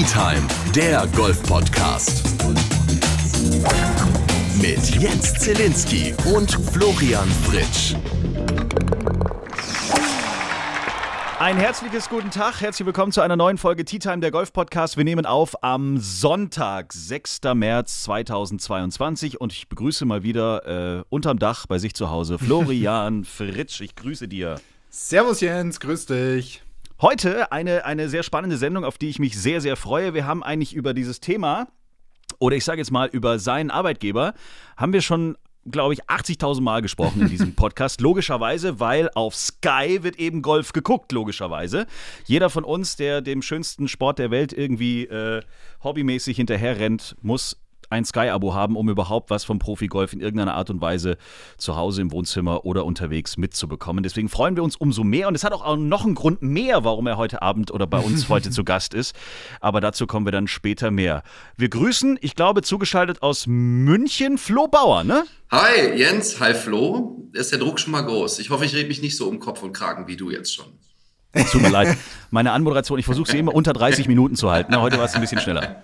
Time, der Golf-Podcast. Mit Jens Zielinski und Florian Fritsch. Ein herzliches guten Tag, herzlich willkommen zu einer neuen Folge Tea Time, der Golf-Podcast. Wir nehmen auf am Sonntag, 6. März 2022 und ich begrüße mal wieder unterm Dach bei sich zu Hause Florian Fritsch. Ich grüße dir. Servus Jens, grüß dich. Heute eine sehr spannende Sendung, auf die ich mich sehr, sehr freue. Wir haben eigentlich über dieses Thema, oder ich sage jetzt mal über seinen Arbeitgeber, haben wir schon, glaube ich, 80.000 Mal gesprochen in diesem Podcast. Logischerweise, weil auf Sky wird eben Golf geguckt, logischerweise. Jeder von uns, der dem schönsten Sport der Welt irgendwie hobbymäßig hinterher rennt, muss ein Sky-Abo haben, um überhaupt was vom Profigolf in irgendeiner Art und Weise zu Hause im Wohnzimmer oder unterwegs mitzubekommen. Deswegen freuen wir uns umso mehr. Und es hat auch noch einen Grund mehr, warum er heute Abend oder bei uns heute zu Gast ist. Aber dazu kommen wir dann später mehr. Wir grüßen, ich glaube, zugeschaltet aus München, Flo Bauer, ne? Hi Jens, hi Flo. Ist der Druck schon mal groß? Ich hoffe, ich rede mich nicht so um Kopf und Kragen wie du jetzt schon. Es tut mir leid. Meine Anmoderation, ich versuche sie immer unter 30 Minuten zu halten. Heute war es ein bisschen schneller.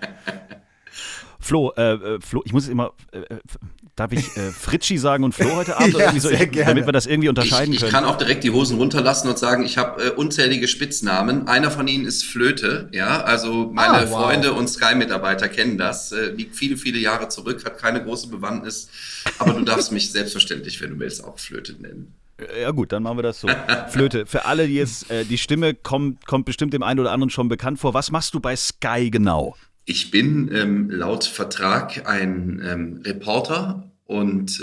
Flo, ich muss es immer, darf ich Fritschi sagen und Flo heute Abend? Ja, oder irgendwie so, sehr gerne. Damit wir das irgendwie unterscheiden können. Ich kann auch direkt die Hosen runterlassen und sagen, ich habe unzählige Spitznamen. Einer von ihnen ist Flöte, ja, also meine Freunde und Sky-Mitarbeiter kennen das. Liegt viele, viele Jahre zurück, hat keine große Bewandtnis, aber du darfst mich selbstverständlich, wenn du willst, auch Flöte nennen. Ja gut, dann machen wir das so. Flöte, für alle, die jetzt, die Stimme kommt bestimmt dem einen oder anderen schon bekannt vor. Was machst du bei Sky genau? Ich bin laut Vertrag ein Reporter und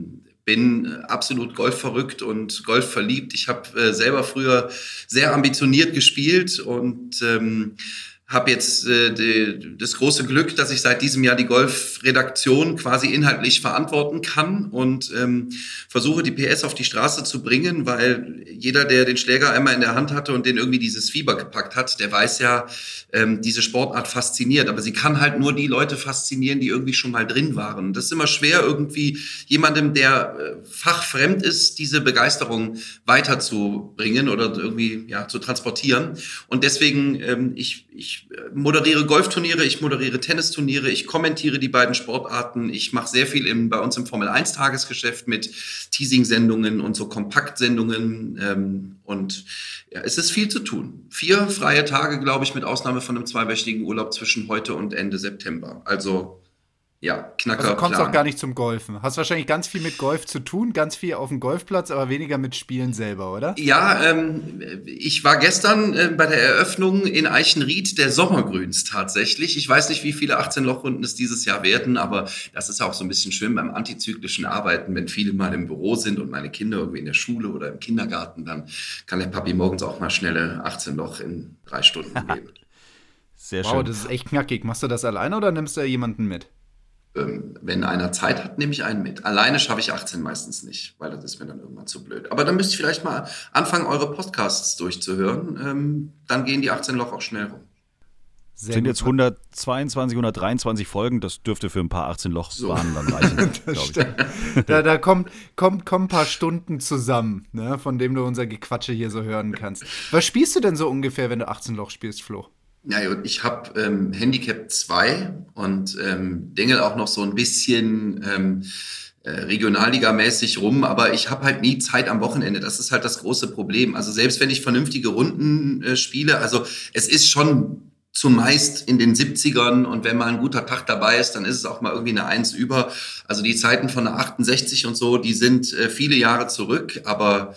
bin absolut golfverrückt und golfverliebt. Ich habe selber früher sehr ambitioniert gespielt und habe jetzt das große Glück, dass ich seit diesem Jahr die Golfredaktion quasi inhaltlich verantworten kann und versuche, die PS auf die Straße zu bringen, weil jeder, der den Schläger einmal in der Hand hatte und den irgendwie dieses Fieber gepackt hat, der weiß ja, diese Sportart fasziniert. Aber sie kann halt nur die Leute faszinieren, die irgendwie schon mal drin waren. Das ist immer schwer, irgendwie jemandem, der fachfremd ist, diese Begeisterung weiterzubringen oder irgendwie zu transportieren. Und deswegen, ich moderiere Golfturniere, ich moderiere Tennisturniere, ich kommentiere die beiden Sportarten, ich mache sehr viel bei uns im Formel-1-Tagesgeschäft mit Teasing-Sendungen und so Kompaktsendungen und ja, es ist viel zu tun. 4 freie Tage, glaube ich, mit Ausnahme von einem 2-wöchigen Urlaub zwischen heute und Ende September. Also ja, Knacker. Also du kommst auch gar nicht zum Golfen. Hast wahrscheinlich ganz viel mit Golf zu tun, ganz viel auf dem Golfplatz, aber weniger mit Spielen selber, oder? Ja, ich war gestern bei der Eröffnung in Eichenried der Sommergrüns tatsächlich. Ich weiß nicht, wie viele 18-Loch-Runden es dieses Jahr werden, aber das ist auch so ein bisschen schön beim antizyklischen Arbeiten, wenn viele mal im Büro sind und meine Kinder irgendwie in der Schule oder im Kindergarten, dann kann der Papi morgens auch mal schnelle 18 Loch in 3 Stunden geben. Sehr schön. Wow, das ist echt knackig. Machst du das alleine oder nimmst du jemanden mit? Wenn einer Zeit hat, nehme ich einen mit. Alleine schaffe ich 18 meistens nicht, weil das ist mir dann irgendwann zu blöd. Aber dann müsst ihr vielleicht mal anfangen, eure Podcasts durchzuhören. Dann gehen die 18 Loch auch schnell rum. Sind jetzt 122, 123 Folgen, das dürfte für ein paar 18-Loch-Bahnen dann reichen, glaube ich. Da kommen ein paar Stunden zusammen, ne, von dem du unser Gequatsche hier so hören kannst. Was spielst du denn so ungefähr, wenn du 18 Loch spielst, Flo? Ja, ich habe Handicap 2 und dengel auch noch so ein bisschen Regionalliga-mäßig rum, aber ich habe halt nie Zeit am Wochenende. Das ist halt das große Problem. Also selbst wenn ich vernünftige Runden spiele, also es ist schon zumeist in den 70ern und wenn mal ein guter Tag dabei ist, dann ist es auch mal irgendwie eine 1 über. Also die Zeiten von der 68 und so, die sind viele Jahre zurück, aber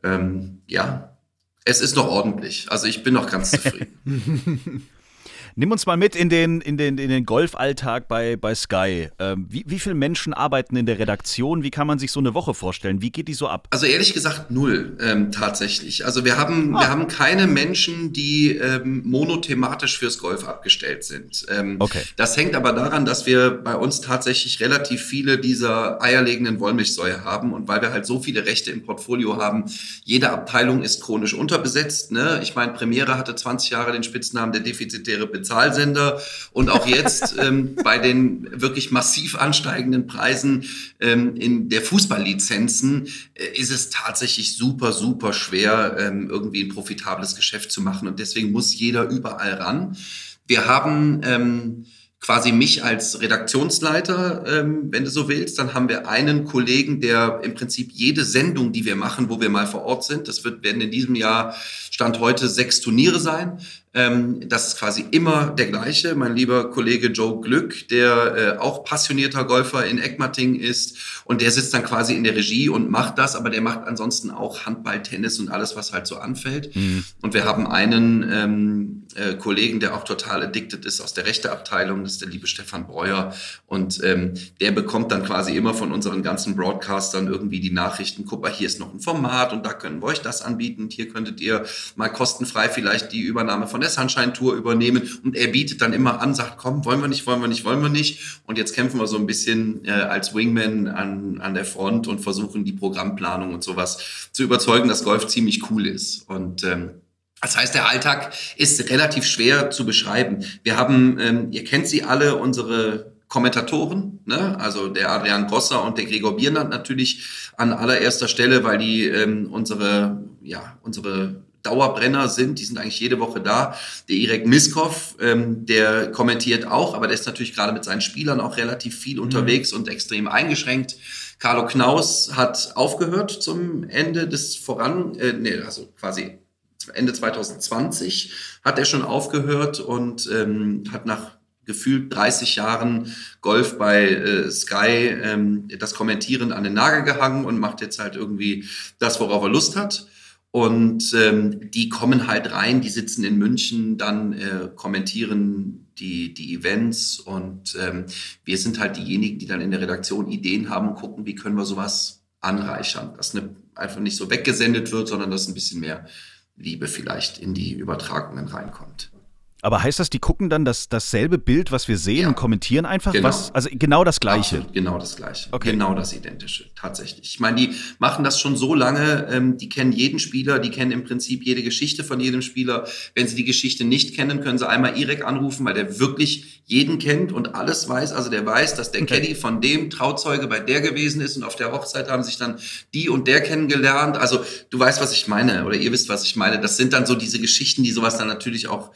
ja, es ist noch ordentlich. Also ich bin noch ganz zufrieden. Nimm uns mal mit in den Golfalltag bei Sky. Wie viele Menschen arbeiten in der Redaktion? Wie kann man sich so eine Woche vorstellen? Wie geht die so ab? Also ehrlich gesagt 0 tatsächlich. Also wir haben keine Menschen, die monothematisch fürs Golf abgestellt sind. Okay. Das hängt aber daran, dass wir bei uns tatsächlich relativ viele dieser eierlegenden Wollmilchsäue haben und weil wir halt so viele Rechte im Portfolio haben. Jede Abteilung ist chronisch unterbesetzt. Ne? Ich meine, Premiere hatte 20 Jahre den Spitznamen der defizitäre Bezahlsender und auch jetzt bei den wirklich massiv ansteigenden Preisen in der Fußballlizenzen ist es tatsächlich super, super schwer, irgendwie ein profitables Geschäft zu machen und deswegen muss jeder überall ran. Wir haben quasi mich als Redaktionsleiter, wenn du so willst. Dann haben wir einen Kollegen, der im Prinzip jede Sendung, die wir machen, wo wir mal vor Ort sind, werden in diesem Jahr, Stand heute, 6 Turniere sein. Das ist quasi immer der gleiche. Mein lieber Kollege Joe Glück, der auch passionierter Golfer in Eckmating ist. Und der sitzt dann quasi in der Regie und macht das. Aber der macht ansonsten auch Handball, Tennis und alles, was halt so anfällt. Mhm. Und wir haben einen Kollegen, der auch total addicted ist aus der Rechteabteilung. Das ist der liebe Stefan Breuer. Und der bekommt dann quasi immer von unseren ganzen Broadcastern irgendwie die Nachrichten. Guck mal, hier ist noch ein Format und da können wir euch das anbieten. Und hier könntet ihr mal kostenfrei vielleicht die Übernahme von der Sunshine Tour übernehmen. Und er bietet dann immer an, sagt, komm, wollen wir nicht. Und jetzt kämpfen wir so ein bisschen als Wingman an der Front und versuchen die Programmplanung und sowas zu überzeugen, dass Golf ziemlich cool ist. Und das heißt, der Alltag ist relativ schwer zu beschreiben. Wir haben, ihr kennt sie alle, unsere Kommentatoren, ne? Also der Adrian Grosser und der Gregor Biernat natürlich an allererster Stelle, weil die unsere Dauerbrenner sind, die sind eigentlich jede Woche da. Der Irek Miskov, der kommentiert auch, aber der ist natürlich gerade mit seinen Spielern auch relativ viel unterwegs und extrem eingeschränkt. Carlo Knaus hat aufgehört zum Ende des quasi Ende 2020 hat er schon aufgehört und hat nach gefühlt 30 Jahren Golf bei Sky das Kommentieren an den Nagel gehangen und macht jetzt halt irgendwie das, worauf er Lust hat. Und die kommen halt rein, die sitzen in München, dann kommentieren die Events und wir sind halt diejenigen, die dann in der Redaktion Ideen haben und gucken, wie können wir sowas anreichern, dass einfach nicht so weggesendet wird, sondern dass ein bisschen mehr Liebe vielleicht in die Übertragungen reinkommt. Aber heißt das, die gucken dann dasselbe Bild, was wir sehen, und kommentieren einfach? Genau. Also genau das Gleiche? Absolut, genau das Gleiche. Okay. Genau das Identische, tatsächlich. Ich meine, die machen das schon so lange, die kennen jeden Spieler, die kennen im Prinzip jede Geschichte von jedem Spieler. Wenn sie die Geschichte nicht kennen, können sie einmal Irek anrufen, weil der wirklich jeden kennt und alles weiß. Also der weiß, dass der Caddy von dem Trauzeuge bei der gewesen ist und auf der Hochzeit haben sich dann die und der kennengelernt. Also du weißt, was ich meine, oder ihr wisst, was ich meine. Das sind dann so diese Geschichten, die sowas dann natürlich auch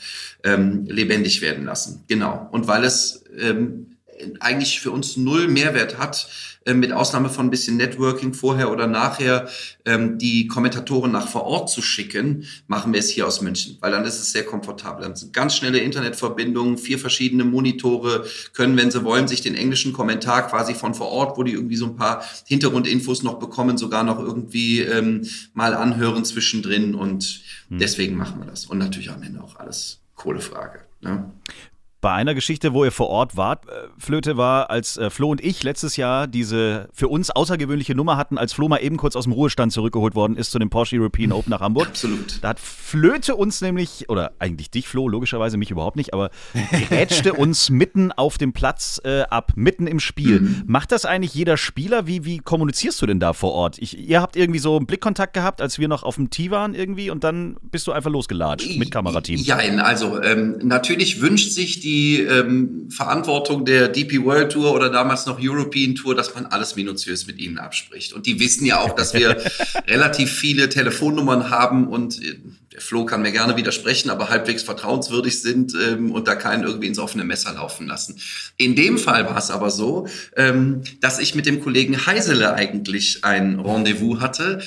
lebendig werden lassen. Genau. Und weil es eigentlich für uns null Mehrwert hat, mit Ausnahme von ein bisschen Networking vorher oder nachher, die Kommentatoren nach vor Ort zu schicken, machen wir es hier aus München, weil dann ist es sehr komfortabel. Dann sind ganz schnelle Internetverbindungen, 4 verschiedene Monitore, können, wenn sie wollen, sich den englischen Kommentar quasi von vor Ort, wo die irgendwie so ein paar Hintergrundinfos noch bekommen, sogar noch irgendwie mal anhören zwischendrin und deswegen machen wir das. Und natürlich am Ende auch alles Kohlefrage, ne? Bei einer Geschichte, wo ihr vor Ort wart, Flöte, war, als Flo und ich letztes Jahr diese für uns außergewöhnliche Nummer hatten, als Flo mal eben kurz aus dem Ruhestand zurückgeholt worden ist zu dem Porsche European Open nach Hamburg. Absolut. Da hat Flöte uns nämlich, oder eigentlich dich, Flo, logischerweise mich überhaupt nicht, aber grätschte uns mitten auf dem Platz ab, mitten im Spiel. Macht das eigentlich jeder Spieler? Wie kommunizierst du denn da vor Ort? Ihr habt irgendwie so einen Blickkontakt gehabt, als wir noch auf dem Tee waren irgendwie, und dann bist du einfach losgelatscht mit Kamerateam. Ja, also natürlich wünscht sich die Verantwortung der DP World Tour oder damals noch European Tour, dass man alles minutiös mit ihnen abspricht. Und die wissen ja auch, dass wir relativ viele Telefonnummern haben und der Flo kann mir gerne widersprechen, aber halbwegs vertrauenswürdig sind und da keinen irgendwie ins offene Messer laufen lassen. In dem Fall war es aber so, dass ich mit dem Kollegen Heisele eigentlich ein Rendezvous hatte,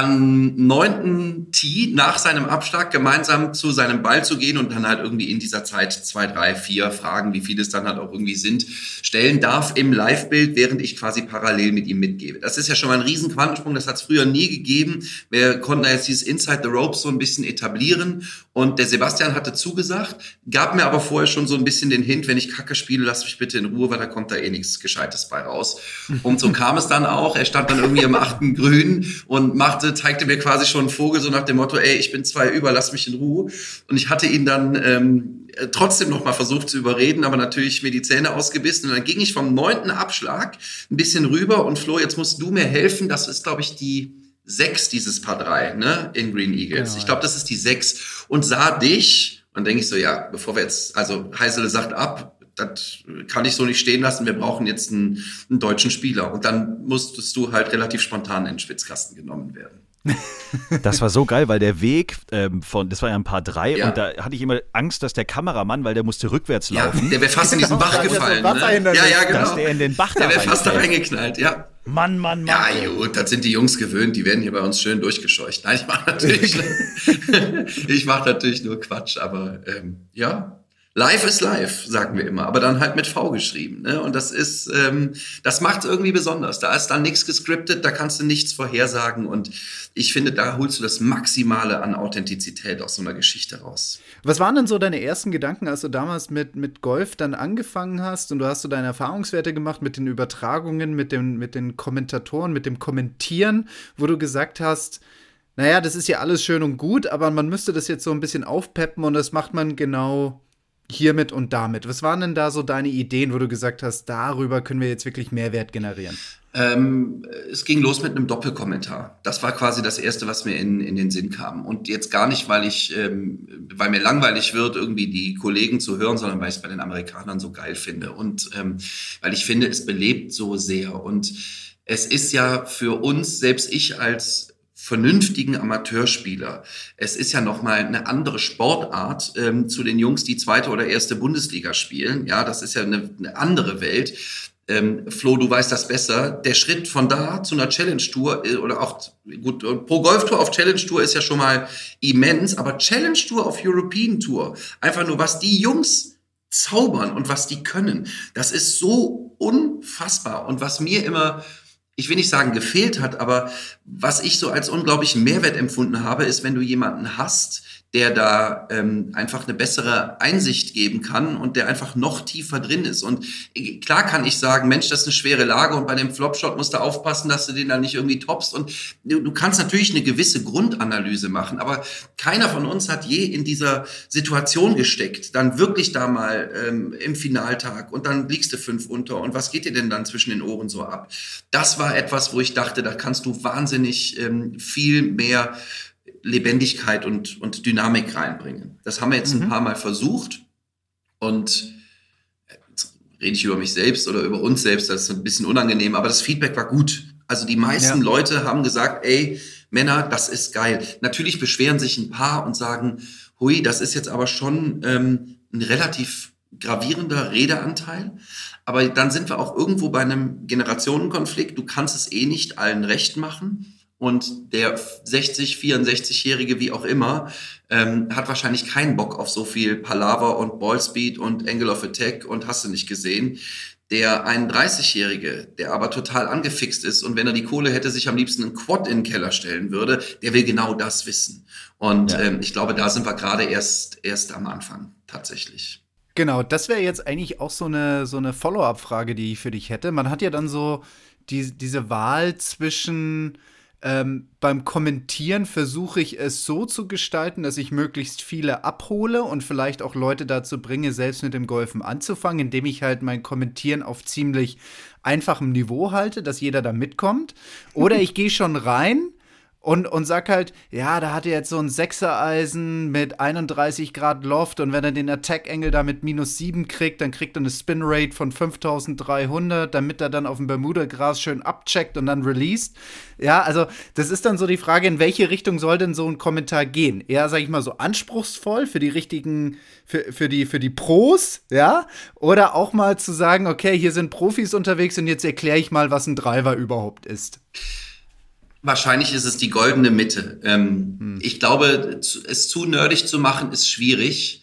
am 9. Tee nach seinem Abschlag gemeinsam zu seinem Ball zu gehen und dann halt irgendwie in dieser Zeit 2, 3, 4 Fragen, wie viele es dann halt auch irgendwie sind, stellen darf im Live-Bild, während ich quasi parallel mit ihm mitgebe. Das ist ja schon mal ein riesen Quantensprung, das hat es früher nie gegeben. Wir konnten da jetzt dieses Inside the Ropes so ein bisschen etablieren und der Sebastian hatte zugesagt, gab mir aber vorher schon so ein bisschen den Hint, wenn ich Kacke spiele, lass mich bitte in Ruhe, weil da kommt da eh nichts Gescheites bei raus. Und so kam es dann auch, er stand dann irgendwie im 8. Grün und zeigte mir quasi schon einen Vogel, so nach dem Motto, ey, ich bin 2 über, lass mich in Ruhe. Und ich hatte ihn dann trotzdem noch mal versucht zu überreden, aber natürlich mir die Zähne ausgebissen. Und dann ging ich vom 9. Abschlag ein bisschen rüber und Flo, jetzt musst du mir helfen. Das ist, glaube ich, die 6, dieses Paar 3, ne, in Green Eagles. Genau. Ich glaube, das ist die 6. Und sah dich und denke ich so, ja, bevor wir jetzt, also Heisele sagt ab, das kann ich so nicht stehen lassen, wir brauchen jetzt einen deutschen Spieler. Und dann musstest du halt relativ spontan in den Schwitzkasten genommen werden. Das war so geil, weil der Weg das war ja ein Paar 3 Ja. und da hatte ich immer Angst, dass der Kameramann, weil der musste rückwärts Ja, laufen, der wäre fast in diesen Bach da ist ja so gefallen. Wasser Ne? hinter Ja, sich. ja, dass genau. der in den Bach da Der wäre fast da reinfällt. reingeknallt, ja. Mann. Ja, gut, das sind die Jungs gewöhnt, die werden hier bei uns schön durchgescheucht. Nein, ich mache natürlich nur Quatsch, aber ja. Live ist live, sagen wir immer, aber dann halt mit V geschrieben. Ne? Und das macht es irgendwie besonders. Da ist dann nichts gescriptet, da kannst du nichts vorhersagen. Und ich finde, da holst du das Maximale an Authentizität aus so einer Geschichte raus. Was waren denn so deine ersten Gedanken, als du damals mit Golf dann angefangen hast und du hast so deine Erfahrungswerte gemacht mit den Übertragungen, mit den Kommentatoren, mit dem Kommentieren, wo du gesagt hast, naja, das ist ja alles schön und gut, aber man müsste das jetzt so ein bisschen aufpeppen und das macht man genau hiermit und damit. Was waren denn da so deine Ideen, wo du gesagt hast, darüber können wir jetzt wirklich Mehrwert generieren? Es ging los mit einem Doppelkommentar. Das war quasi das Erste, was mir in den Sinn kam. Und jetzt gar nicht, weil mir langweilig wird, irgendwie die Kollegen zu hören, sondern weil ich es bei den Amerikanern so geil finde. Und weil ich finde, es belebt so sehr. Und es ist ja für uns, selbst ich als vernünftigen Amateurspieler. Es ist ja nochmal eine andere Sportart zu den Jungs, die zweite oder erste Bundesliga spielen. Ja, das ist ja eine andere Welt. Flo, du weißt das besser. Der Schritt von da zu einer Challenge-Tour oder auch, gut, Pro Golf Tour auf Challenge-Tour ist ja schon mal immens, aber Challenge-Tour auf European Tour, einfach nur, was die Jungs zaubern und was die können, das ist so unfassbar. Und was mir immer, ich will nicht sagen gefehlt hat, aber was ich so als unglaublichen Mehrwert empfunden habe, ist, wenn du jemanden hast, der da einfach eine bessere Einsicht geben kann und der einfach noch tiefer drin ist. Und klar kann ich sagen, Mensch, das ist eine schwere Lage und bei dem Flopshot musst du aufpassen, dass du den da nicht irgendwie toppst. Und du kannst natürlich eine gewisse Grundanalyse machen, aber keiner von uns hat je in dieser Situation gesteckt, dann wirklich da mal im Finaltag und dann liegst du 5 unter und was geht dir denn dann zwischen den Ohren so ab? Das war etwas, wo ich dachte, da kannst du wahnsinnig viel mehr Lebendigkeit und Dynamik reinbringen. Das haben wir jetzt ein paar Mal versucht und jetzt rede ich über mich selbst oder über uns selbst, das ist ein bisschen unangenehm, aber das Feedback war gut. Also die meisten Leute haben gesagt, ey, Männer, das ist geil. Natürlich beschweren sich ein paar und sagen, hui, das ist jetzt aber schon ein relativ gravierender Redeanteil. Aber dann sind wir auch irgendwo bei einem Generationenkonflikt. Du kannst es eh nicht allen recht machen. Und der 64-Jährige, wie auch immer, hat wahrscheinlich keinen Bock auf so viel Palaver und Ballspeed und Angle of Attack und hast du nicht gesehen. Der 31-Jährige, der aber total angefixt ist und wenn er die Kohle hätte, sich am liebsten einen Quad in den Keller stellen würde, der will genau das wissen. Und ich glaube, da sind wir gerade erst am Anfang tatsächlich. Genau, das wäre jetzt eigentlich auch so eine Follow-up-Frage, die ich für dich hätte. Man hat ja dann so diese Wahl zwischen beim Kommentieren versuche ich es so zu gestalten, dass ich möglichst viele abhole und vielleicht auch Leute dazu bringe, selbst mit dem Golfen anzufangen, indem ich halt mein Kommentieren auf ziemlich einfachem Niveau halte, dass jeder da mitkommt. Oder ich gehe schon rein und sag halt, ja, da hat er jetzt so ein 6er-Eisen mit 31 Grad Loft und wenn er den Attack-Angle da mit -7 kriegt, dann kriegt er eine Spin-Rate von 5300, damit er dann auf dem Bermuda-Gras schön abcheckt und dann released. Ja, also das ist dann so die Frage, in welche Richtung soll denn so ein Kommentar gehen? Eher, sag ich mal, so anspruchsvoll für die richtigen, für die Pros, ja? Oder auch mal zu sagen, okay, hier sind Profis unterwegs und jetzt erkläre ich mal, was ein Driver überhaupt ist. Wahrscheinlich ist es die goldene Mitte. Ich glaube, es zu nerdig zu machen, ist schwierig.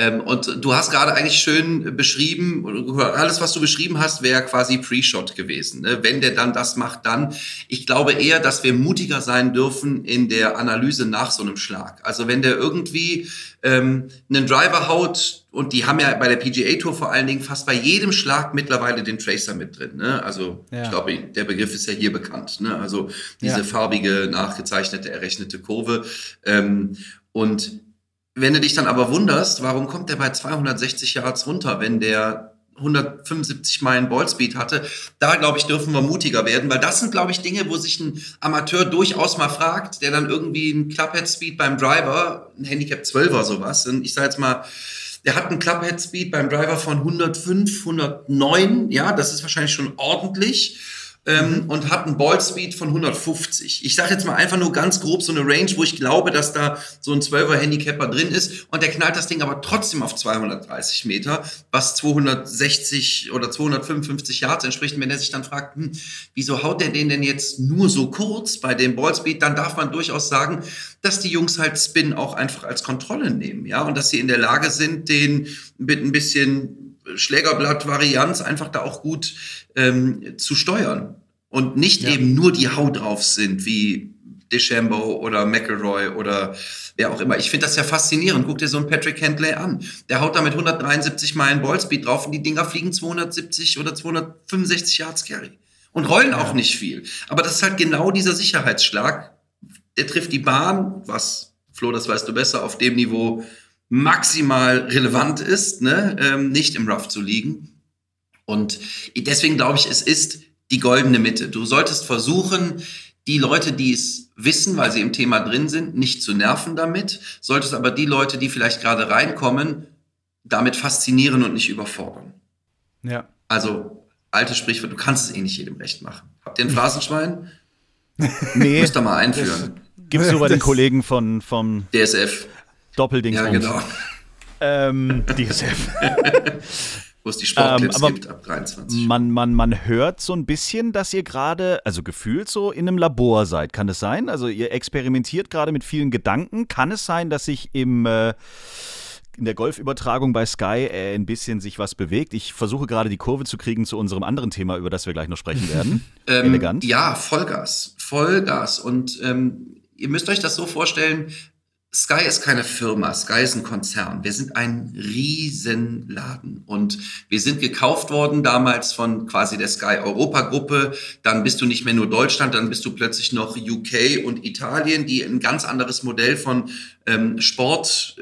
Und du hast gerade eigentlich schön beschrieben, alles, was du beschrieben hast, wäre quasi Pre-Shot gewesen. Ne? Wenn der dann das macht, dann. Ich glaube eher, dass wir mutiger sein dürfen in der Analyse nach so einem Schlag. Also wenn der irgendwie einen Driver haut, und die haben ja bei der PGA Tour vor allen Dingen fast bei jedem Schlag mittlerweile den Tracer mit drin. Ne? Also ich glaube, der Begriff ist ja hier bekannt. Ne? Also diese farbige, nachgezeichnete, errechnete Kurve. Und wenn du dich dann aber wunderst, warum kommt der bei 260 Yards runter, wenn der 175 Meilen Ballspeed hatte, da, glaube ich, dürfen wir mutiger werden, weil das sind, glaube ich, Dinge, wo sich ein Amateur durchaus mal fragt, der dann irgendwie einen Clubhead-Speed beim Driver, ein Handicap 12er sowas, und ich sage jetzt mal, der hat einen Clubhead-Speed beim Driver von 105, 109, ja, das ist wahrscheinlich schon ordentlich. und hat einen Ballspeed von 150. Ich sage jetzt mal einfach nur ganz grob so eine Range, wo ich glaube, dass da so ein 12er Handicapper drin ist und der knallt das Ding aber trotzdem auf 230 Meter, was 260 oder 255 Yards entspricht. Und wenn er sich dann fragt, wieso haut der den denn jetzt nur so kurz bei dem Ballspeed, dann darf man durchaus sagen, dass die Jungs halt Spin auch einfach als Kontrolle nehmen, ja, und dass sie in der Lage sind, den mit ein bisschen Schlägerblatt-Varianz einfach da auch gut zu steuern und nicht eben nur die Hau drauf sind, wie DeChambeau oder McIlroy oder wer auch immer. Ich finde das ja faszinierend. Guck dir so einen Patrick Cantlay an. Der haut da mit 173 Meilen Ballspeed drauf und die Dinger fliegen 270 oder 265 Yards Carry und rollen auch nicht viel. Aber das ist halt genau dieser Sicherheitsschlag. Der trifft die Bahn, was, Flo, das weißt du besser, auf dem Niveau maximal relevant ist, ne? Nicht im Rough zu liegen. Und deswegen glaube ich, es ist die goldene Mitte. Du solltest versuchen, die Leute, die es wissen, weil sie im Thema drin sind, nicht zu nerven damit, solltest aber die Leute, die vielleicht gerade reinkommen, damit faszinieren und nicht überfordern. Ja. Also, altes Sprichwort, du kannst es eh nicht jedem recht machen. Habt ihr ein Phrasenschwein? Nee. Müsst ihr mal einführen. Gibt's so bei den Kollegen vom DSF. Doppeldings. Ja, genau. DSF. Wo es die Sportclips aber gibt ab 23. Man hört so ein bisschen, dass ihr gerade, also gefühlt so in einem Labor seid. Kann es sein? Also ihr experimentiert gerade mit vielen Gedanken. Kann es sein, dass sich in der Golfübertragung bei Sky ein bisschen sich was bewegt? Ich versuche gerade die Kurve zu kriegen zu unserem anderen Thema, über das wir gleich noch sprechen werden. Elegant. Ja, Vollgas. Und ihr müsst euch das so vorstellen, Sky ist keine Firma, Sky ist ein Konzern. Wir sind ein Riesenladen und wir sind gekauft worden damals von quasi der Sky Europa Gruppe. Dann bist du nicht mehr nur Deutschland, dann bist du plötzlich noch UK und Italien, die ein ganz anderes Modell von Sport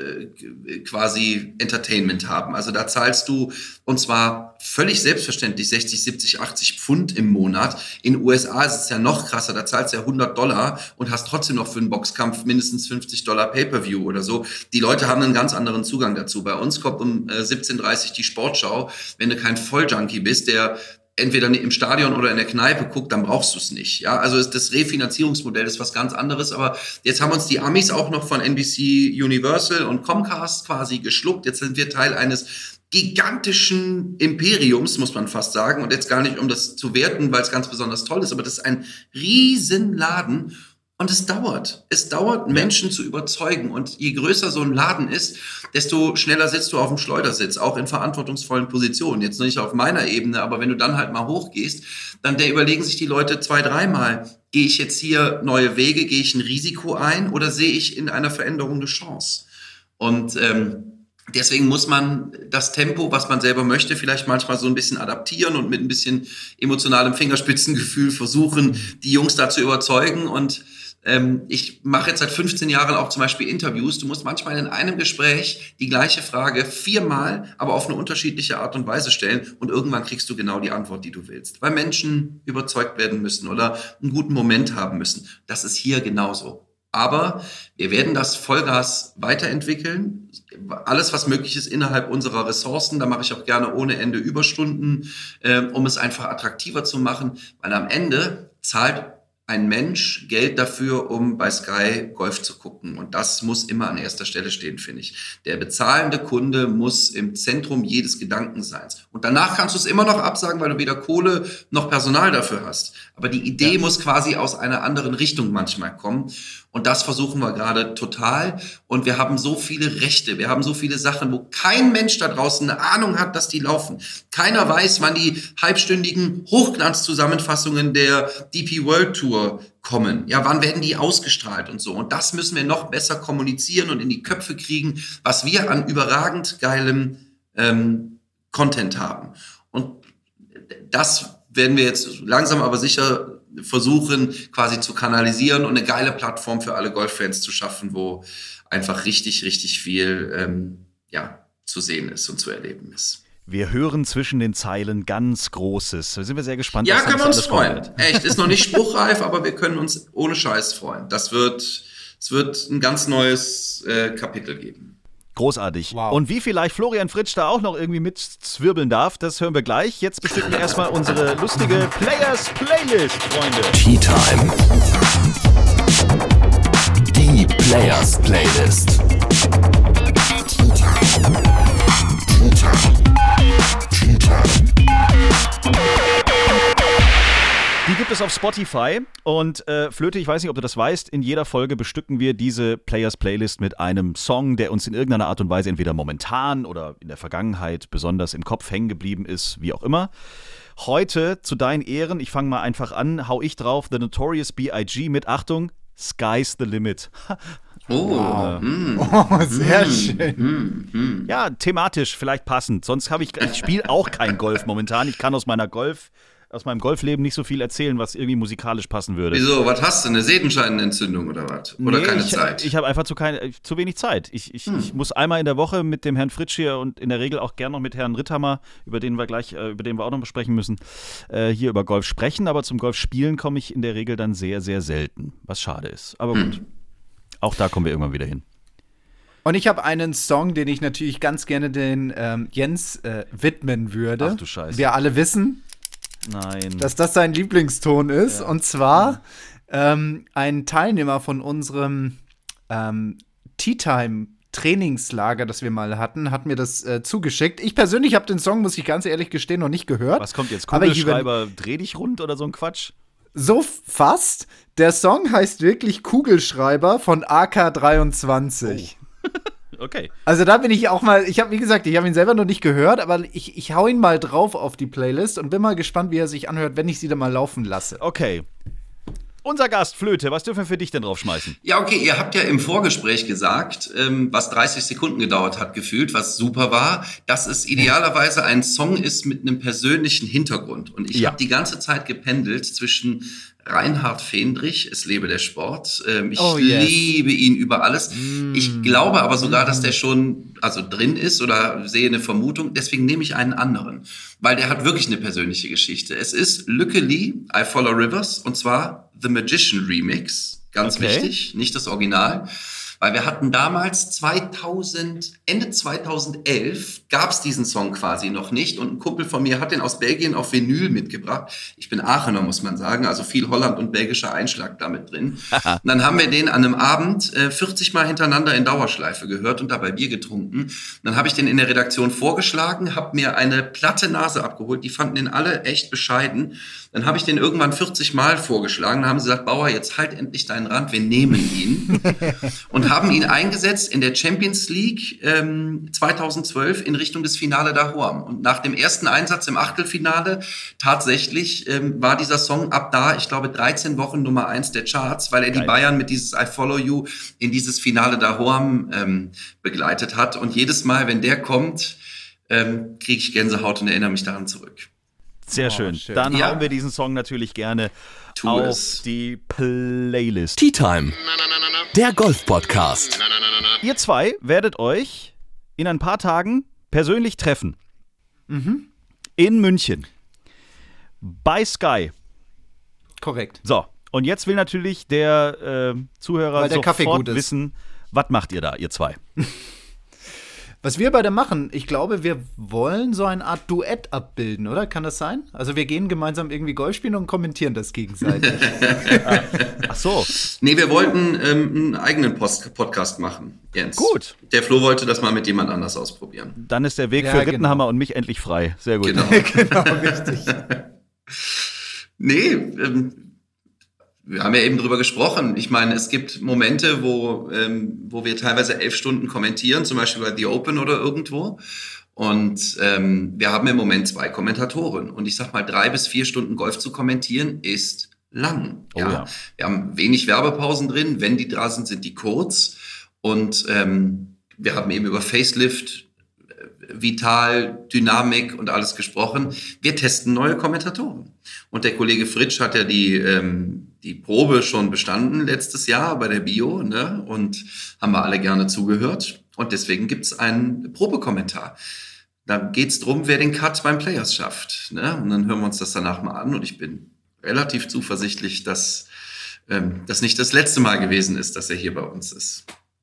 quasi Entertainment haben. Also da zahlst du, und zwar völlig selbstverständlich 60, 70, 80 Pfund im Monat. In den USA ist es ja noch krasser, da zahlst du ja $100 und hast trotzdem noch für einen Boxkampf mindestens $50 Pay-Per-View oder so. Die Leute haben einen ganz anderen Zugang dazu. Bei uns kommt um 17:30 Uhr die Sportschau. Wenn du kein Volljunkie bist, der entweder im Stadion oder in der Kneipe guckt, dann brauchst du es nicht. Ja, also das Refinanzierungsmodell ist was ganz anderes. Aber jetzt haben uns die Amis auch noch von NBC Universal und Comcast quasi geschluckt. Jetzt sind wir Teil eines gigantischen Imperiums, muss man fast sagen. Und jetzt gar nicht, um das zu werten, weil es ganz besonders toll ist, aber das ist ein Riesenladen. Und es dauert, Menschen zu überzeugen. Und je größer so ein Laden ist, desto schneller sitzt du auf dem Schleudersitz, auch in verantwortungsvollen Positionen. Jetzt nicht auf meiner Ebene, aber wenn du dann halt mal hochgehst, dann überlegen sich die Leute 2-3 Mal, gehe ich jetzt hier neue Wege, gehe ich ein Risiko ein oder sehe ich in einer Veränderung eine Chance? Und deswegen muss man das Tempo, was man selber möchte, vielleicht manchmal so ein bisschen adaptieren und mit ein bisschen emotionalem Fingerspitzengefühl versuchen, die Jungs da zu überzeugen. Und ich mache jetzt seit 15 Jahren auch zum Beispiel Interviews. Du musst manchmal in einem Gespräch die gleiche Frage 4-mal, aber auf eine unterschiedliche Art und Weise stellen und irgendwann kriegst du genau die Antwort, die du willst. Weil Menschen überzeugt werden müssen oder einen guten Moment haben müssen. Das ist hier genauso. Aber wir werden das Vollgas weiterentwickeln. Alles, was möglich ist innerhalb unserer Ressourcen. Da mache ich auch gerne ohne Ende Überstunden, um es einfach attraktiver zu machen. Weil am Ende zahlt ein Mensch Geld dafür, um bei Sky Golf zu gucken. Und das muss immer an erster Stelle stehen, finde ich. Der bezahlende Kunde muss im Zentrum jedes Gedankens sein. Und danach kannst du es immer noch absagen, weil du weder Kohle noch Personal dafür hast. Aber die Idee muss quasi aus einer anderen Richtung manchmal kommen. Und das versuchen wir gerade total. Und wir haben so viele Rechte, wir haben so viele Sachen, wo kein Mensch da draußen eine Ahnung hat, dass die laufen. Keiner weiß, wann die halbstündigen Hochglanzzusammenfassungen der DP World Tour kommen. Ja, wann werden die ausgestrahlt und so. Und das müssen wir noch besser kommunizieren und in die Köpfe kriegen, was wir an überragend geilem Content haben. Und das werden wir jetzt langsam aber sicher versuchen, quasi zu kanalisieren und eine geile Plattform für alle Golffans zu schaffen, wo einfach richtig, richtig viel zu sehen ist und zu erleben ist. Wir hören zwischen den Zeilen ganz Großes. Da sind wir sehr gespannt. Ja, können wir uns freuen. Echt, ist noch nicht spruchreif, aber wir können uns ohne Scheiß freuen. Es wird ein ganz neues Kapitel geben. Großartig. Wow. Und wie vielleicht Florian Fritsch da auch noch irgendwie mitzwirbeln darf, das hören wir gleich. Jetzt bestücken wir erstmal unsere lustige Players Playlist, Freunde. Tea Time. Die Players Playlist. Die gibt es auf Spotify und Flöte, ich weiß nicht, ob du das weißt, in jeder Folge bestücken wir diese Players Playlist mit einem Song, der uns in irgendeiner Art und Weise entweder momentan oder in der Vergangenheit besonders im Kopf hängen geblieben ist, wie auch immer. Heute, zu deinen Ehren, ich fange mal einfach an, hau ich drauf The Notorious B.I.G. mit, Achtung, Sky's the Limit. Sehr schön. Ja, thematisch vielleicht passend, sonst ich spiele auch kein Golf momentan, ich kann aus meinem Golfleben nicht so viel erzählen, was irgendwie musikalisch passen würde. Wieso? Was hast du? Eine Sehenscheinenentzündung oder was? Oder keine Zeit? Ich habe einfach zu wenig Zeit. Ich muss einmal in der Woche mit dem Herrn Fritsch hier und in der Regel auch gern noch mit Herrn Ritthammer, über den wir auch noch besprechen müssen, hier über Golf sprechen. Aber zum Golf spielen komme ich in der Regel dann sehr, sehr selten, was schade ist. Aber gut, auch da kommen wir irgendwann wieder hin. Und ich habe einen Song, den ich natürlich ganz gerne den Jens widmen würde. Ach du Scheiße. Wir alle wissen, Nein. dass das sein Lieblingston ist. Ja. Und zwar ein Teilnehmer von unserem Tea Time Trainingslager, das wir mal hatten, hat mir das zugeschickt. Ich persönlich habe den Song, muss ich ganz ehrlich gestehen, noch nicht gehört. Was kommt jetzt? Kugelschreiber, dreh dich rund oder so ein Quatsch? So fast. Der Song heißt wirklich Kugelschreiber von AK23. Oh. Okay. Also da bin ich auch mal, ich habe ihn selber noch nicht gehört, aber ich hau ihn mal drauf auf die Playlist und bin mal gespannt, wie er sich anhört, wenn ich sie dann mal laufen lasse. Okay. Unser Gast, Flöte, was dürfen wir für dich denn draufschmeißen? Ja, okay, ihr habt ja im Vorgespräch gesagt, was 30 Sekunden gedauert hat, gefühlt, was super war, dass es idealerweise ein Song ist mit einem persönlichen Hintergrund. Und ich habe die ganze Zeit gependelt zwischen Reinhard Fendrich, es lebe der Sport. Ich liebe ihn über alles. Ich glaube aber sogar, dass der schon drin ist oder sehe eine Vermutung. Deswegen nehme ich einen anderen, weil der hat wirklich eine persönliche Geschichte. Es ist Lücke Lee, I Follow Rivers, und zwar The Magician Remix. Ganz wichtig, nicht das Original. Weil wir hatten damals Ende 2011 gab's diesen Song quasi noch nicht und ein Kumpel von mir hat den aus Belgien auf Vinyl mitgebracht. Ich bin Aachener, muss man sagen, also viel Holland und belgischer Einschlag damit drin. Und dann haben wir den an einem Abend 40 Mal hintereinander in Dauerschleife gehört und dabei Bier getrunken. Dann habe ich den in der Redaktion vorgeschlagen, habe mir eine platte Nase abgeholt, die fanden den alle echt bescheiden. Dann habe ich den irgendwann 40 Mal vorgeschlagen. Dann haben sie gesagt, Bauer, jetzt halt endlich deinen Rand, wir nehmen ihn. Und haben ihn eingesetzt in der Champions League 2012 in Richtung des Finale d'Ahuam. Und nach dem ersten Einsatz im Achtelfinale tatsächlich war dieser Song ab da, ich glaube, 13 Wochen Nummer 1 der Charts, weil er die Bayern mit dieses I Follow You in dieses Finale d'Ahuam begleitet hat. Und jedes Mal, wenn der kommt, kriege ich Gänsehaut und erinnere mich daran zurück. Sehr schön. Dann hauen wir diesen Song natürlich gerne auf die Playlist. Tea Time, der Golf-Podcast. Ihr zwei werdet euch in ein paar Tagen persönlich treffen. In München. Bei Sky. Korrekt. So, und jetzt will natürlich der Zuhörer sofort wissen, was macht ihr da, ihr zwei? Was wir beide machen, ich glaube, wir wollen so eine Art Duett abbilden, oder? Kann das sein? Also wir gehen gemeinsam irgendwie Golf spielen und kommentieren das gegenseitig. Ach so. Nee, wir wollten einen eigenen Podcast machen, Jens. Gut. Der Flo wollte das mal mit jemand anders ausprobieren. Dann ist der Weg für Rittenhammer und mich endlich frei. Sehr gut. Genau, genau, richtig. Nee, wir haben ja eben drüber gesprochen. Ich meine, es gibt Momente, wo wir teilweise 11 Stunden kommentieren, zum Beispiel bei The Open oder irgendwo. Und wir haben im Moment 2 Kommentatoren. Und ich sag mal, 3 bis 4 Stunden Golf zu kommentieren ist lang. Oh, ja. Wir haben wenig Werbepausen drin. Wenn die da sind, sind die kurz. Und wir haben eben über Facelift, Vital, Dynamik und alles gesprochen. Wir testen neue Kommentatoren. Und der Kollege Fritsch hat ja die Probe schon bestanden letztes Jahr bei der Bio, ne? Und haben wir alle gerne zugehört. Und deswegen gibt's einen Probekommentar. Da geht's drum, wer den Cut beim Players schafft, ne? Und dann hören wir uns das danach mal an. Und ich bin relativ zuversichtlich, dass das nicht das letzte Mal gewesen ist, dass er hier bei uns ist.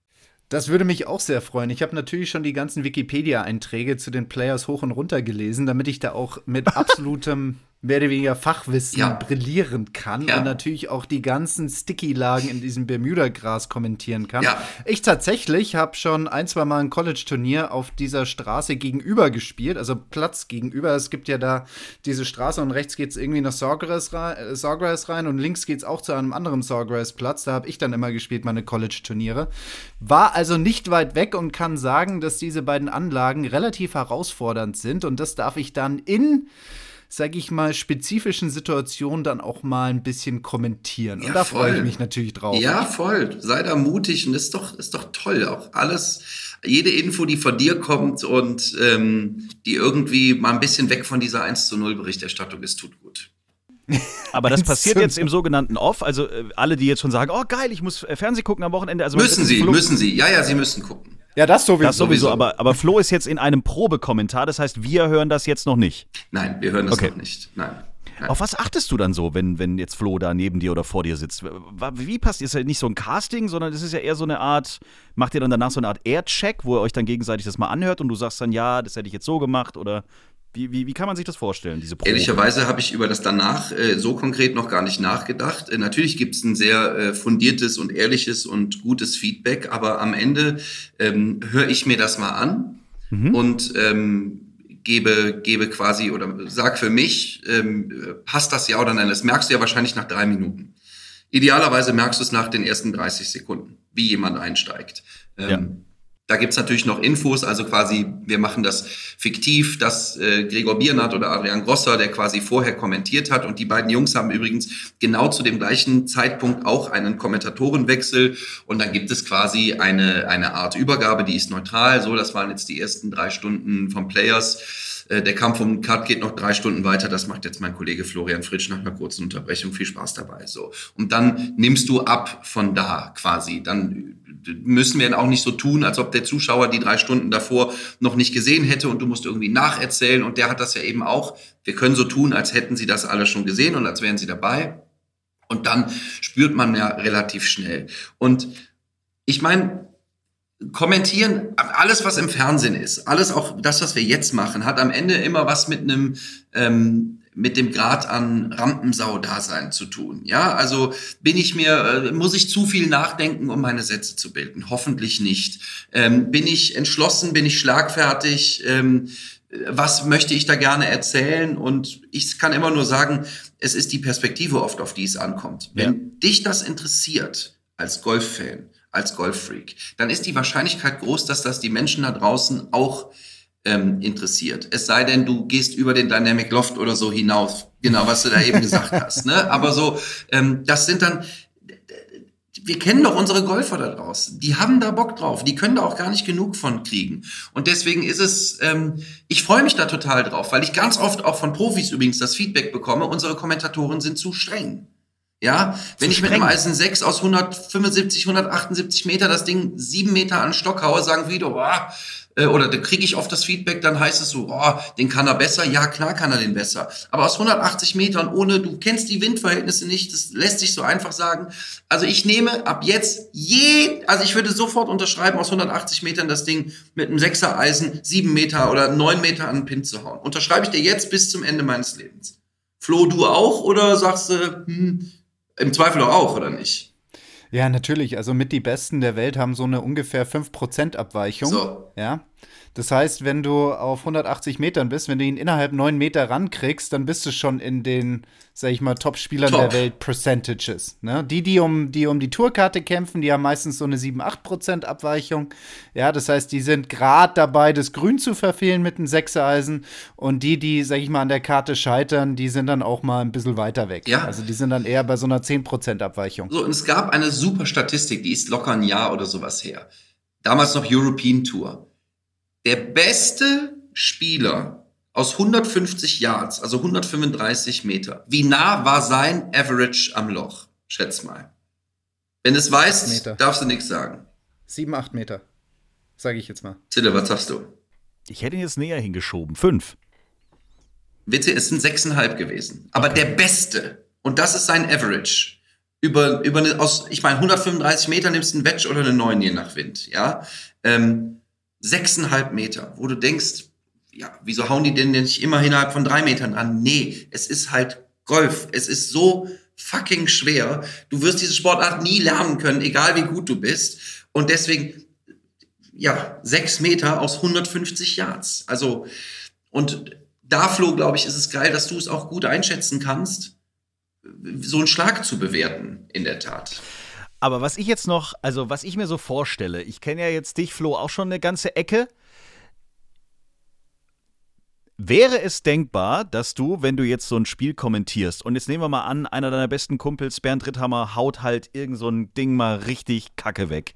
Das würde mich auch sehr freuen. Ich habe natürlich schon die ganzen Wikipedia-Einträge zu den Players hoch und runter gelesen, damit ich da auch mit absolutem mehr oder weniger Fachwissen brillieren kann und natürlich auch die ganzen Sticky-Lagen in diesem Bermuda-Gras kommentieren kann. Ja. Ich tatsächlich habe schon 1-2 Mal ein College-Turnier auf dieser Straße gegenüber gespielt, also Platz gegenüber. Es gibt ja da diese Straße und rechts geht es irgendwie nach Sawgrass rein und links geht es auch zu einem anderen Sawgrass-Platz. Da habe ich dann immer gespielt, meine College-Turniere. War also nicht weit weg und kann sagen, dass diese beiden Anlagen relativ herausfordernd sind und das darf ich dann in, sag ich mal, spezifischen Situationen dann auch mal ein bisschen kommentieren. Und da freue ich mich natürlich drauf. Ja, voll. Sei da mutig und ist doch toll. Auch jede Info, die von dir kommt und die irgendwie mal ein bisschen weg von dieser 1:0-Berichterstattung ist, tut gut. Aber das passiert jetzt im sogenannten Off, also alle, die jetzt schon sagen, oh geil, ich muss Fernsehen gucken am Wochenende. Also müssen Sie. Ja, Sie müssen gucken. Ja, das sowieso. Das sowieso, aber Flo ist jetzt in einem Probekommentar, das heißt, wir hören das jetzt noch nicht. Nein, wir hören das noch nicht. Nein. Auf was achtest du dann so, wenn jetzt Flo da neben dir oder vor dir sitzt? Wie passt, ist ja nicht so ein Casting, sondern es ist ja eher so eine Art, macht ihr dann danach so eine Art Air-Check, wo ihr euch dann gegenseitig das mal anhört und du sagst dann, ja, das hätte ich jetzt so gemacht oder wie kann man sich das vorstellen, diese Probe? Ehrlicherweise habe ich über das danach so konkret noch gar nicht nachgedacht. Natürlich gibt es ein sehr fundiertes und ehrliches und gutes Feedback, aber am Ende höre ich mir das mal an und gebe quasi oder sag für mich, passt das ja oder nein. Das merkst du ja wahrscheinlich nach 3 Minuten. Idealerweise merkst du es nach den ersten 30 Sekunden, wie jemand einsteigt. Da gibt's natürlich noch Infos, also quasi, wir machen das fiktiv, dass Gregor Biernat oder Adrian Grosser, der quasi vorher kommentiert hat, und die beiden Jungs haben übrigens genau zu dem gleichen Zeitpunkt auch einen Kommentatorenwechsel, und dann gibt es quasi eine Art Übergabe, die ist neutral, so, das waren jetzt die ersten 3 Stunden vom Players. Der Kampf um den Cut geht noch 3 Stunden weiter, das macht jetzt mein Kollege Florian Fritsch nach einer kurzen Unterbrechung, viel Spaß dabei, so. Und dann nimmst du ab von da quasi, dann müssen wir auch nicht so tun, als ob der Zuschauer die 3 Stunden davor noch nicht gesehen hätte und du musst irgendwie nacherzählen, und der hat das ja eben auch. Wir können so tun, als hätten sie das alle schon gesehen und als wären sie dabei, und dann spürt man ja relativ schnell. Und ich meine, kommentieren, alles was im Fernsehen ist, alles auch das, was wir jetzt machen, hat am Ende immer was mit dem Grad an Rampensau-Dasein zu tun. Ja, also muss ich zu viel nachdenken, um meine Sätze zu bilden? Hoffentlich nicht. Bin ich entschlossen? Bin ich schlagfertig? Was möchte ich da gerne erzählen? Und ich kann immer nur sagen, es ist die Perspektive oft, auf die es ankommt. Wenn dich das interessiert als Golffan, als Golffreak, dann ist die Wahrscheinlichkeit groß, dass das die Menschen da draußen auch interessiert. Es sei denn, du gehst über den Dynamic Loft oder so hinaus. Genau, was du da eben gesagt hast. Ne? Aber so, das sind dann, wir kennen doch unsere Golfer da draußen. Die haben da Bock drauf. Die können da auch gar nicht genug von kriegen. Und deswegen ist es, ich freue mich da total drauf, weil ich ganz oft auch von Profis übrigens das Feedback bekomme, unsere Kommentatoren sind zu streng. Ja, wenn ich mit einem Eisen 6 aus 175, 178 Meter das Ding 7 Meter an den Stock haue, sagen wieder, oder da kriege ich oft das Feedback, dann heißt es so, den kann er besser. Ja, klar kann er den besser. Aber aus 180 Metern du kennst die Windverhältnisse nicht, das lässt sich so einfach sagen. Also ich nehme ab jetzt also ich würde sofort unterschreiben, aus 180 Metern das Ding mit einem 6er Eisen 7 Meter oder 9 Meter an den Pin zu hauen. Unterschreibe ich dir jetzt bis zum Ende meines Lebens. Flo, du auch? Oder sagst du, im Zweifel auch, oder nicht? Ja, natürlich. Also mit die Besten der Welt haben so eine ungefähr 5% Abweichung. So. Ja. Das heißt, wenn du auf 180 Metern bist, wenn du ihn innerhalb 9 Meter rankriegst, dann bist du schon in den, sag ich mal, Top-Spielern der Welt Percentages. Ne? Die um die Tourkarte kämpfen, die haben meistens so eine 7-8% Abweichung. Ja, das heißt, die sind gerade dabei, das Grün zu verfehlen mit einem 6er-Eisen. Und die, sag ich mal, an der Karte scheitern, die sind dann auch mal ein bisschen weiter weg. Ja. Also die sind dann eher bei so einer 10% Abweichung. So, und es gab eine super Statistik, die ist locker ein Jahr oder sowas her. Damals noch European Tour. Der beste Spieler aus 150 Yards, also 135 Meter. Wie nah war sein Average am Loch? Schätz mal. Wenn du es weißt, darfst du nichts sagen. 7-8 Meter, sage ich jetzt mal. Zille, was sagst du? Ich hätte ihn jetzt näher hingeschoben. 5. Witze, es sind 6,5 gewesen. Aber der Beste, und das ist sein Average, ich meine, 135 Meter nimmst du einen Wedge oder eine 9 je nach Wind, ja. 6,5 Meter, wo du denkst, ja, wieso hauen die denn nicht immer innerhalb von 3 Metern ran? Nee, es ist halt Golf. Es ist so fucking schwer. Du wirst diese Sportart nie lernen können, egal wie gut du bist. Und deswegen, ja, 6 Meter aus 150 Yards. Also, und da, Flo, glaube ich, ist es geil, dass du es auch gut einschätzen kannst, so einen Schlag zu bewerten, in der Tat. Aber was ich mir so vorstelle, ich kenne ja jetzt dich, Flo, auch schon eine ganze Ecke. Wäre es denkbar, dass du, wenn du jetzt so ein Spiel kommentierst, und jetzt nehmen wir mal an, einer deiner besten Kumpels, Bernd Ritthammer, haut halt irgend so ein Ding mal richtig Kacke weg.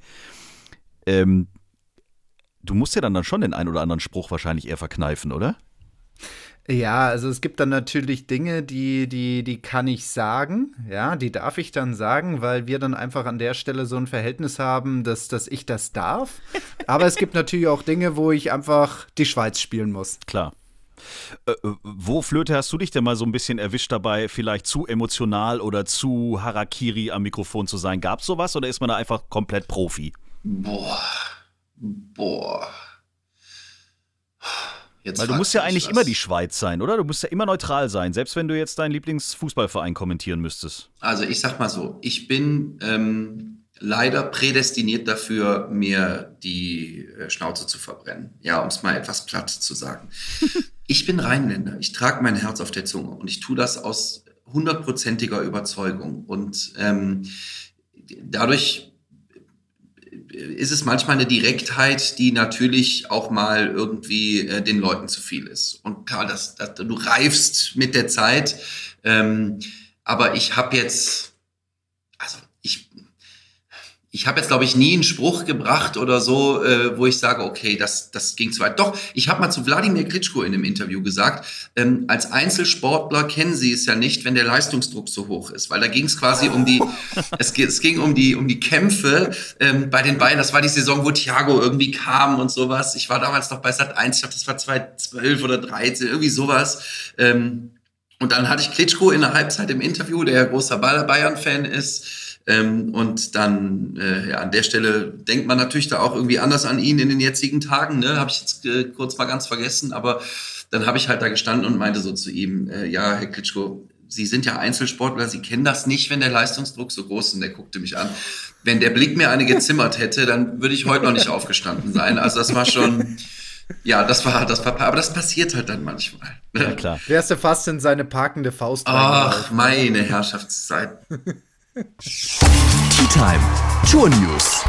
Du musst ja dann schon den einen oder anderen Spruch wahrscheinlich eher verkneifen, oder? Ja, also es gibt dann natürlich Dinge, die kann ich sagen, ja, die darf ich dann sagen, weil wir dann einfach an der Stelle so ein Verhältnis haben, dass ich das darf. Aber es gibt natürlich auch Dinge, wo ich einfach die Schweiz spielen muss. Klar. Wo, Flöte, hast du dich denn mal so ein bisschen erwischt dabei, vielleicht zu emotional oder zu Harakiri am Mikrofon zu sein? Gab's sowas oder ist man da einfach komplett Profi? Boah. Jetzt weil du musst ja eigentlich immer die Schweiz sein, oder? Du musst ja immer neutral sein, selbst wenn du jetzt deinen Lieblingsfußballverein kommentieren müsstest. Also ich sag mal so, ich bin leider prädestiniert dafür, mir die Schnauze zu verbrennen. Ja, um es mal etwas platt zu sagen. Ich bin Rheinländer, ich trage mein Herz auf der Zunge und ich tue das aus 100%iger Überzeugung. Und dadurch ist es manchmal eine Direktheit, die natürlich auch mal irgendwie den Leuten zu viel ist. Und klar, du reifst mit der Zeit, aber ich habe jetzt, glaube ich, nie einen Spruch gebracht oder so, wo ich sage, okay, das ging zu weit. Doch, ich habe mal zu Wladimir Klitschko in einem Interview gesagt, als Einzelsportler kennen Sie es ja nicht, wenn der Leistungsdruck so hoch ist, weil da ging es quasi es ging um die Kämpfe bei den beiden. Das war die Saison, wo Thiago irgendwie kam und sowas. Ich war damals noch bei Sat.1, ich glaube, das war 2012 oder 2013, irgendwie sowas. Und dann hatte ich Klitschko in der Halbzeit im Interview, der ja großer Bayern-Fan ist. Und dann an der Stelle denkt man natürlich da auch irgendwie anders an ihn in den jetzigen Tagen, ne? Habe ich jetzt kurz mal ganz vergessen, aber dann habe ich halt da gestanden und meinte so zu ihm, ja, Herr Klitschko, Sie sind ja Einzelsportler, Sie kennen das nicht, wenn der Leistungsdruck so groß ist. Und der guckte mich an. Wenn der Blick mir eine gezimmert hätte, dann würde ich heute noch nicht aufgestanden sein. Also das war schon, ja, das war, aber das passiert halt dann manchmal. Ne? Ja, klar. Wärst du fast in seine parkende Faust Ach, meine Herrschaftszeit. Tea Time. Tour News.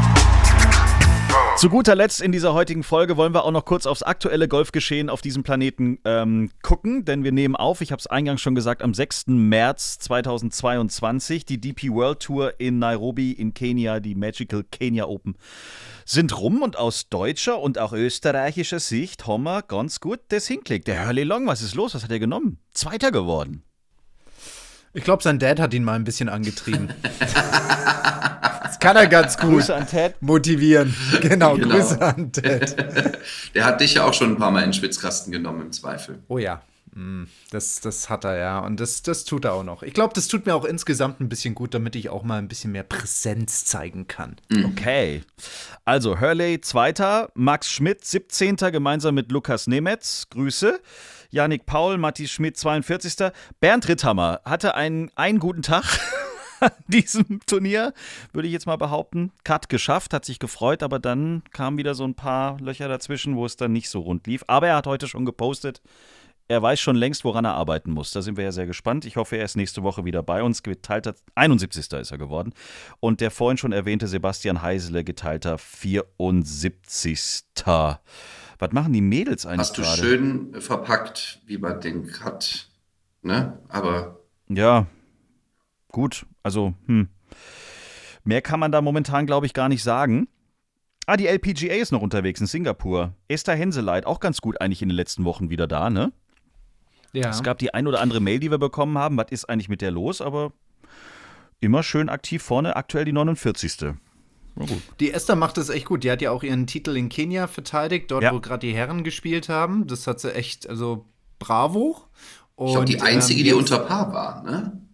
Zu guter Letzt in dieser heutigen Folge wollen wir auch noch kurz aufs aktuelle Golfgeschehen auf diesem Planeten gucken, denn wir nehmen auf, ich habe es eingangs schon gesagt, am 6. März 2022 die DP World Tour in Nairobi in Kenia, die Magical Kenya Open, sind rum und aus deutscher und auch österreichischer Sicht haben wir ganz gut das hinkriegt. Der Hurley Long, was ist los? Was hat er genommen? Zweiter geworden. Ich glaube, sein Dad hat ihn mal ein bisschen angetrieben. Das kann er ganz gut Grüße an Ted. motivieren. Genau, Grüße an Ted. Der hat dich ja auch schon ein paar Mal in den Schwitzkasten genommen, im Zweifel. Oh ja, das hat er, ja. Und das tut er auch noch. Ich glaube, das tut mir auch insgesamt ein bisschen gut, damit ich auch mal ein bisschen mehr Präsenz zeigen kann. Okay. Also Hurley Zweiter, Max Schmidt 17. gemeinsam mit Lukas Nemetz. Grüße. Yannick Paul, Matti Schmidt 42. Bernd Ritthammer hatte einen guten Tag an diesem Turnier, würde ich jetzt mal behaupten. Cut geschafft, hat sich gefreut, aber dann kamen wieder so ein paar Löcher dazwischen, wo es dann nicht so rund lief. Aber er hat heute schon gepostet, er weiß schon längst, woran er arbeiten muss. Da sind wir ja sehr gespannt. Ich hoffe, er ist nächste Woche wieder bei uns. Geteilter 71. ist er geworden. Und der vorhin schon erwähnte Sebastian Heisele, geteilter 74. Was machen die Mädels eigentlich gerade? Hast du schön verpackt, wie bei den Cut, ne? Aber ja, gut, also mehr kann man da momentan, glaube ich, gar nicht sagen. Die LPGA ist noch unterwegs in Singapur. Esther Henseleit, auch ganz gut eigentlich in den letzten Wochen wieder da, ne? Ja. Es gab die ein oder andere Mail, die wir bekommen haben. Was ist eigentlich mit der los? Aber immer schön aktiv vorne, aktuell die 49. Na gut. Die Esther macht das echt gut. Die hat ja auch ihren Titel in Kenia verteidigt, dort wo gerade die Herren gespielt haben. Das hat sie echt, also bravo. Und, ich glaube, die einzige, die unter Paar war, ne?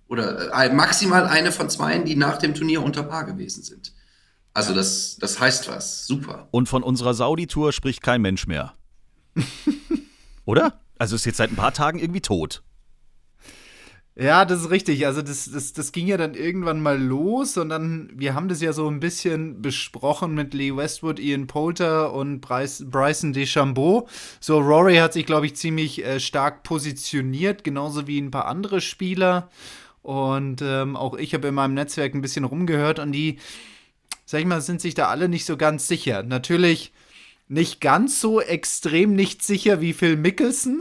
Oder maximal eine von zweien, die nach dem Turnier unter Paar gewesen sind. Also das heißt was. Super. Und von unserer Saudi-Tour spricht kein Mensch mehr. Oder? Also ist jetzt seit ein paar Tagen irgendwie tot. Ja, das ist richtig. Also das ging ja dann irgendwann mal los und dann, wir haben das ja so ein bisschen besprochen mit Lee Westwood, Ian Poulter und Bryson DeChambeau. So, Rory hat sich, glaube ich, ziemlich stark positioniert, genauso wie ein paar andere Spieler. Und auch ich habe in meinem Netzwerk ein bisschen rumgehört und die, sag ich mal, sind sich da alle nicht so ganz sicher. Natürlich nicht ganz so extrem nicht sicher wie Phil Mickelson.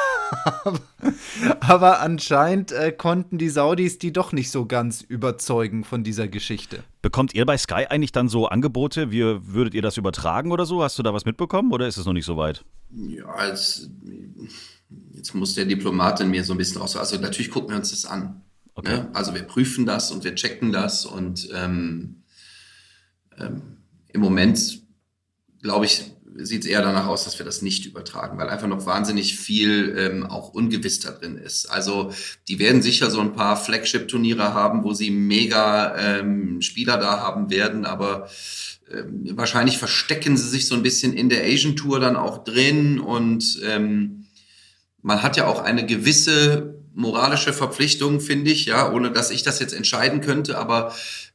Aber anscheinend konnten die Saudis die doch nicht so ganz überzeugen von dieser Geschichte. Bekommt ihr bei Sky eigentlich dann so Angebote? Würdet ihr das übertragen oder so? Hast du da was mitbekommen oder ist es noch nicht so weit? Ja, jetzt muss der Diplomat in mir so ein bisschen raus. Also natürlich gucken wir uns das an. Okay. Ne? Also wir prüfen das und wir checken das und im Moment, glaube ich, sieht es eher danach aus, dass wir das nicht übertragen, weil einfach noch wahnsinnig viel auch ungewiss da drin ist. Also die werden sicher so ein paar Flagship-Turniere haben, wo sie mega Spieler da haben werden, aber wahrscheinlich verstecken sie sich so ein bisschen in der Asian Tour dann auch drin und man hat ja auch eine gewisse moralische Verpflichtung, finde ich, ja, ohne dass ich das jetzt entscheiden könnte, aber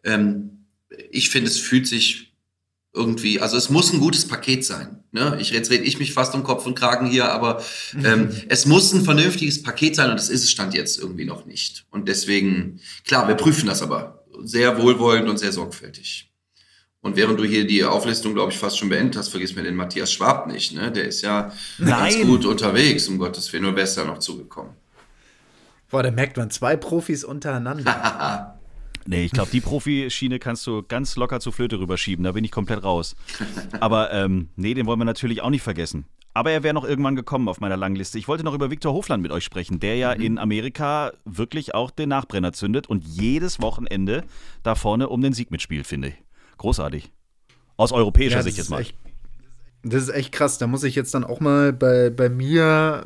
ich finde, es fühlt sich irgendwie, also es muss ein gutes Paket sein. Ne? Jetzt rede ich mich fast um Kopf und Kragen hier, aber es muss ein vernünftiges Paket sein und das ist es Stand jetzt irgendwie noch nicht. Und deswegen, klar, wir prüfen das aber sehr wohlwollend und sehr sorgfältig. Und während du hier die Auflistung, glaube ich, fast schon beendet hast, vergiss mir den Matthias Schwab nicht. Ne? Der ist ja ganz gut unterwegs, um Gottes Willen, nur wer ist da noch zugekommen? Boah, da merkt man 2 Profis untereinander. Nee, ich glaube, die Profischiene kannst du ganz locker zur Flöte rüberschieben. Da bin ich komplett raus. Aber nee, den wollen wir natürlich auch nicht vergessen. Aber er wäre noch irgendwann gekommen auf meiner langen Liste. Ich wollte noch über Viktor Hovland mit euch sprechen, der ja in Amerika wirklich auch den Nachbrenner zündet und jedes Wochenende da vorne um den Sieg mitspielt, finde ich. Großartig. Aus europäischer Sicht jetzt mal. Das ist echt krass. Da muss ich jetzt dann auch mal bei mir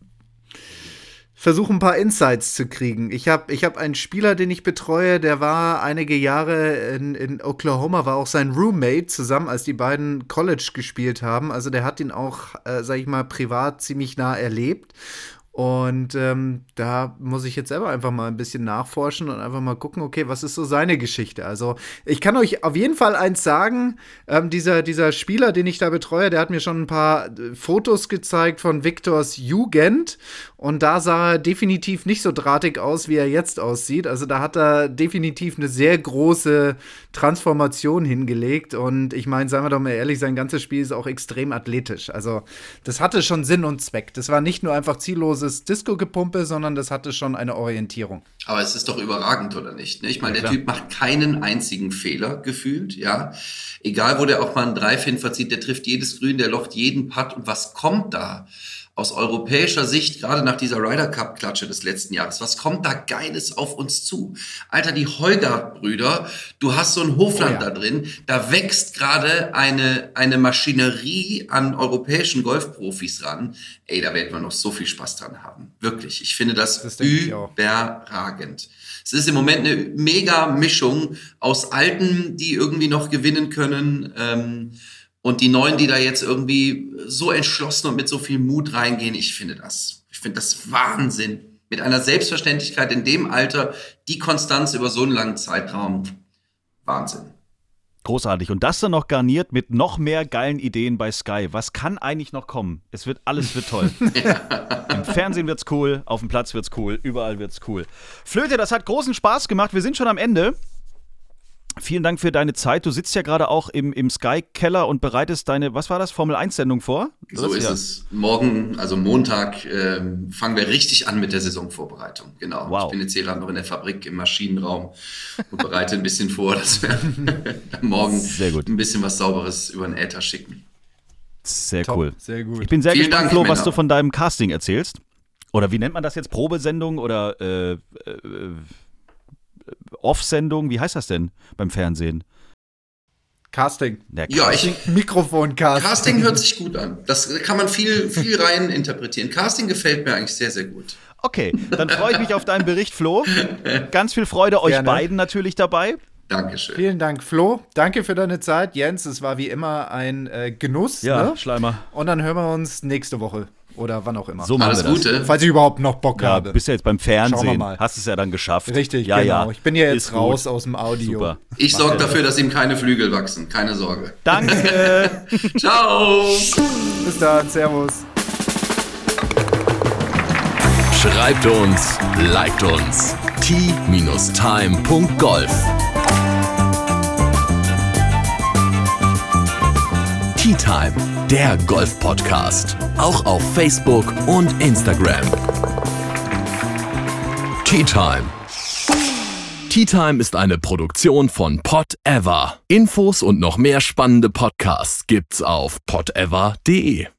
versuche ein paar Insights zu kriegen. Ich hab einen Spieler, den ich betreue, der war einige Jahre in Oklahoma, war auch sein Roommate zusammen, als die beiden College gespielt haben. Also der hat ihn auch, sag ich mal, privat ziemlich nah erlebt. Und da muss ich jetzt selber einfach mal ein bisschen nachforschen und einfach mal gucken, okay, was ist so seine Geschichte? Also ich kann euch auf jeden Fall eins sagen, dieser Spieler, den ich da betreue, der hat mir schon ein paar Fotos gezeigt von Viktors Jugend und da sah er definitiv nicht so drahtig aus, wie er jetzt aussieht. Also da hat er definitiv eine sehr große Transformation hingelegt und ich meine, seien wir doch mal ehrlich, sein ganzes Spiel ist auch extrem athletisch. Also das hatte schon Sinn und Zweck. Das war nicht nur einfach zielloses Disco-Gepumpe, sondern das hatte schon eine Orientierung. Aber es ist doch überragend, oder nicht? Ich meine, der Typ macht keinen einzigen Fehler, gefühlt, ja. Egal, wo der auch mal einen Drive hin verzieht, der trifft jedes Grün, der locht jeden Putt. Und was kommt da aus europäischer Sicht, gerade nach dieser Ryder Cup-Klatsche des letzten Jahres, was kommt da Geiles auf uns zu? Alter, die Heugart-Brüder, du hast so ein Hofland da drin, da wächst gerade eine Maschinerie an europäischen Golfprofis ran. Ey, da werden wir noch so viel Spaß dran haben. Wirklich, ich finde das überragend. Es ist im Moment eine mega Mischung aus Alten, die irgendwie noch gewinnen können, und die Neuen, die da jetzt irgendwie so entschlossen und mit so viel Mut reingehen, ich finde das Wahnsinn. Mit einer Selbstverständlichkeit in dem Alter, die Konstanz über so einen langen Zeitraum, Wahnsinn. Großartig. Und das dann noch garniert mit noch mehr geilen Ideen bei Sky. Was kann eigentlich noch kommen? Alles wird toll. Im Fernsehen wird's cool, auf dem Platz wird's cool, überall wird's cool. Flöte, das hat großen Spaß gemacht. Wir sind schon am Ende. Vielen Dank für deine Zeit. Du sitzt ja gerade auch im Sky-Keller und bereitest deine, was war das, Formel-1-Sendung vor? So ist es. Morgen, also Montag, fangen wir richtig an mit der Saisonvorbereitung. Genau. Wow. Ich bin jetzt hier gerade noch in der Fabrik im Maschinenraum und bereite ein bisschen vor, dass wir morgen ein bisschen was Sauberes über den Äther schicken. Sehr Top, cool. Sehr gut. Ich bin sehr gespannt, Flo, was Männer. du von deinem Casting erzählst. Oder wie nennt man das jetzt? Probesendung oder Off-Sendung, wie heißt das denn beim Fernsehen? Casting. Ja, Mikrofon-Casting. Casting hört sich gut an. Das kann man viel rein interpretieren. Casting gefällt mir eigentlich sehr, sehr gut. Okay, dann freue ich mich auf deinen Bericht, Flo. Ganz viel Freude euch Gerne. beiden natürlich dabei. Dankeschön. Vielen Dank, Flo. Danke für deine Zeit. Jens, es war wie immer ein Genuss. Ja, Ne? Schleimer. Und dann hören wir uns nächste Woche. Oder wann auch immer. So machen Alles wir das. Gute. Falls ich überhaupt noch Bock Ja, habe. bist ja jetzt beim Schauen wir Fernsehen. mal. Hast es ja dann geschafft. Richtig, ja, genau. Ja. Ich bin ja jetzt Ist raus gut. aus dem Audio. Super. Ich sorge dafür, dass ihm keine Flügel wachsen. Keine Sorge. Danke. Ciao. Bis dann, servus. Schreibt uns, liked uns. t-time.golf. Tea Time, der Golf-Podcast. Auch auf Facebook und Instagram. Tea Time. Tea Time ist eine Produktion von Pod Ever. Infos und noch mehr spannende Podcasts gibt's auf podever.de.